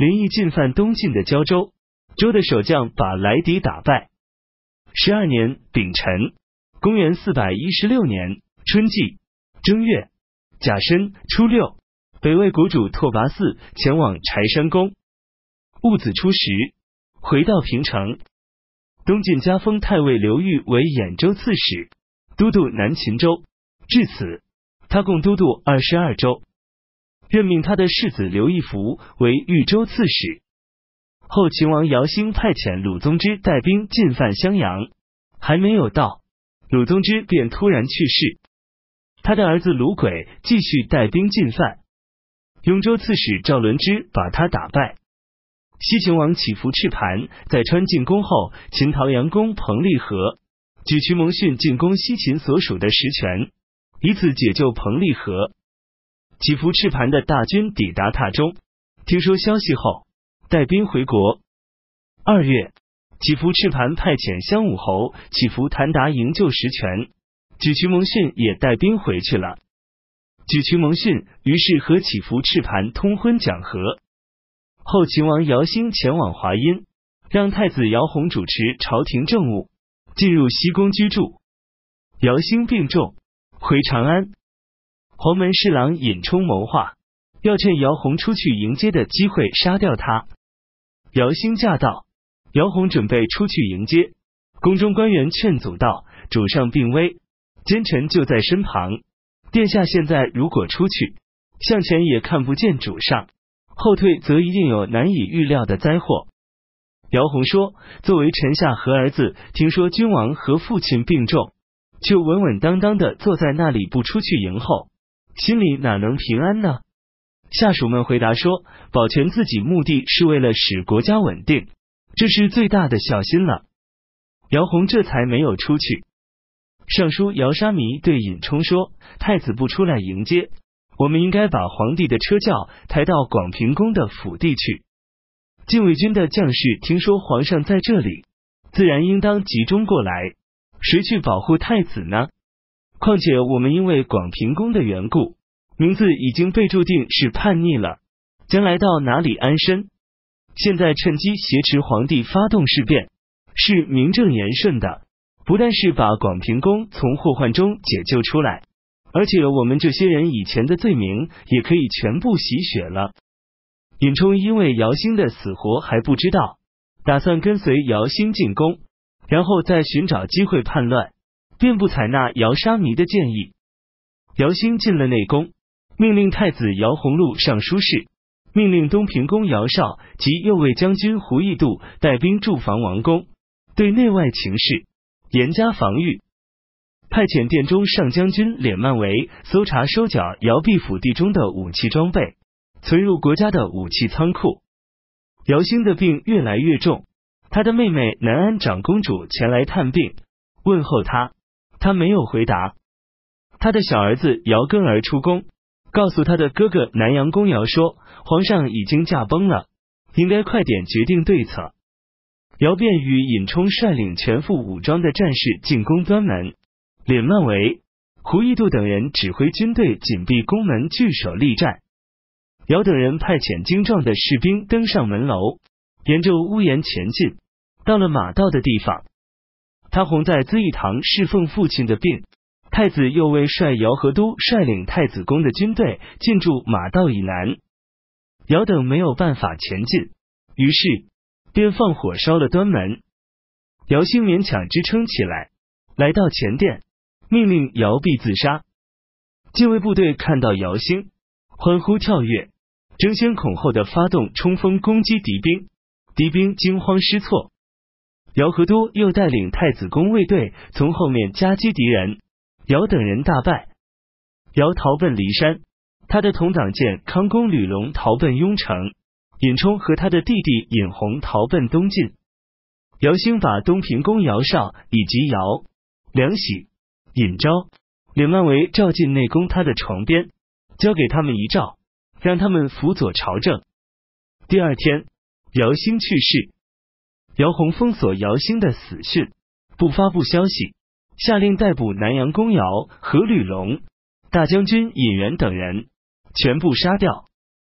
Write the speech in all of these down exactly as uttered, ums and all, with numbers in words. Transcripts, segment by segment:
连夜进犯东晋的交州，州的守将把来敌打败。十二年丙辰，公元四百一十六年春季正月甲申初六，北魏国主拓跋嗣前往柴山宫。戊子初十，回到平城。东晋加封太尉刘裕为兖州刺史，都督南秦州。至此，他共都督二十二州。任命他的世子刘义福为豫州刺史。后秦王姚兴派遣鲁宗之带兵进犯襄阳，还没有到，鲁宗之便突然去世。他的儿子鲁轨继续带兵进犯，雍州刺史赵伦之把他打败。西秦王乞伏赤磐在川进攻后，秦陶阳公彭立和举渠蒙逊进攻西秦所属的石泉，以此解救彭立和。乞伏赤磐的大军抵达榻中，听说消息后，带兵回国。二月，乞伏赤磐派遣襄武侯乞伏谭达营救石泉，举渠蒙逊也带兵回去了。举渠蒙逊于是和乞伏赤磐通婚讲和。后秦王姚兴前往华阴，让太子姚泓主持朝廷政务，进入西宫居住。姚兴病重，回长安。黄门侍郎尹冲谋划，要趁姚泓出去迎接的机会杀掉他。姚兴驾到，姚泓准备出去迎接，宫中官员劝阻道：“主上病危，奸臣就在身旁，殿下现在如果出去，向前也看不见主上，后退则一定有难以预料的灾祸。”姚泓说：“作为臣下和儿子，听说君王和父亲病重，就稳稳当当的坐在那里不出去迎候，心里哪能平安呢？”下属们回答说：“保全自己目的是为了使国家稳定，这是最大的孝心了。”姚泓这才没有出去。尚书姚沙弥对尹冲说：“太子不出来迎接，我们应该把皇帝的车轿抬到广平宫的府地去。禁卫军的将士听说皇上在这里，自然应当集中过来，谁去保护太子呢？况且我们因为广平宫的缘故，名字已经被注定是叛逆了，将来到哪里安身？现在趁机挟持皇帝发动事变，是名正言顺的，不但是把广平宫从祸患中解救出来，而且我们这些人以前的罪名也可以全部洗雪了。”尹冲因为姚兴的死活还不知道，打算跟随姚兴进宫，然后再寻找机会叛乱，便不采纳姚沙弥的建议。姚兴进了内宫，命令太子姚泓录尚书事，命令东平公姚绍及右卫将军胡义度带兵驻防王宫，对内外情势严加防御。派遣殿中上将军敛曼为搜查收缴姚弼府地中的武器装备，存入国家的武器仓库。姚兴的病越来越重，他的妹妹南安长公主前来探病，问候他，他没有回答。他的小儿子姚根儿出宫，告诉他的哥哥南阳公姚说，皇上已经驾崩了，应该快点决定对策。姚便与尹冲率领全副武装的战士进攻端门，敛曼为、胡义度等人指挥军队紧闭宫门，据守力战。姚等人派遣精壮的士兵登上门楼，沿着屋檐前进，到了马道的地方。他洪在资义堂侍奉父亲的病，太子右卫帅姚和都率领太子宫的军队进驻马道以南。姚等没有办法前进，于是便放火烧了端门。姚兴勉强支撑起来，来到前殿，命令姚弼自杀。禁卫部队看到姚兴，欢呼跳跃，争先恐后的发动冲锋攻击敌兵，敌兵惊慌失措。姚和都又带领太子宫卫队从后面夹击敌人，姚等人大败。姚逃奔骊山，他的同党建康公吕龙逃奔雍城，尹冲和他的弟弟尹弘逃奔东晋。姚兴把东平公姚绍以及姚、梁喜、尹昭、敛曼为召进内宫他的床边，交给他们遗诏，让他们辅佐朝政。第二天，姚兴去世。姚泓封锁姚兴的死讯，不发布消息，下令逮捕南阳公姚和吕龙、大将军尹元等人，全部杀掉，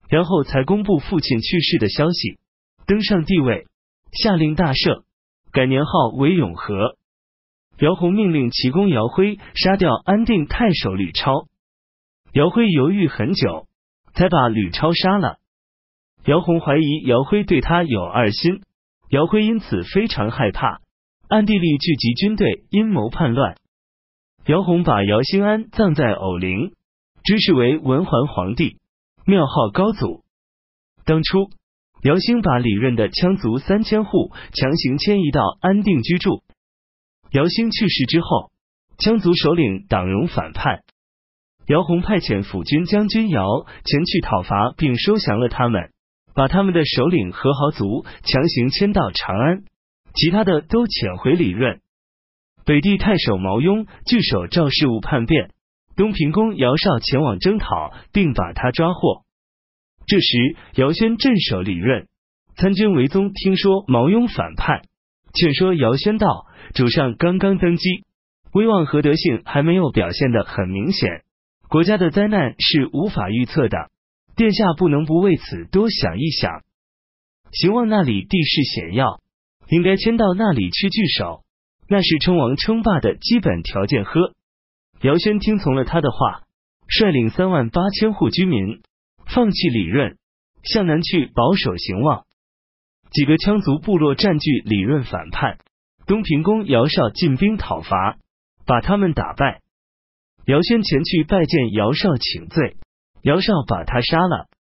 然后才公布父亲去世的消息，登上帝位，下令大赦，改年号为永和。姚泓命令齐公姚晖杀掉安定太守吕超，姚晖犹豫很久，才把吕超杀了。姚泓怀疑姚晖对他有二心，姚晖因此非常害怕，暗地里聚集军队，阴谋叛乱。姚泓把姚兴安葬在藕陵，知谥为文桓皇帝，庙号高祖。当初姚兴把李润的羌族三千户强行迁移到安定居住。姚兴去世之后，羌族首领党荣反叛，姚泓派遣辅军将军姚前去讨伐，并收降了他们，把他们的首领和豪族强行迁到长安，其他的都遣回李润。北地太守毛雍据守赵氏务叛变，东平公姚绍前往征讨，并把他抓获。这时姚宣镇守李润，参军韦宗听说毛雍反叛，劝说姚宣道：主上刚刚登基，威望和德性还没有表现得很明显，国家的灾难是无法预测的，殿下不能不为此多想一想。邢望那里地势险要，应该迁到那里去据守，那是称王称霸的基本条件呵。姚宣听从了他的话，率领三万八千户居民放弃李润，向南去保守邢望。几个羌族部落占据李润反叛，东平公姚绍进兵讨伐，把他们打败。姚宣前去拜见姚绍请罪，姚绍把他杀了。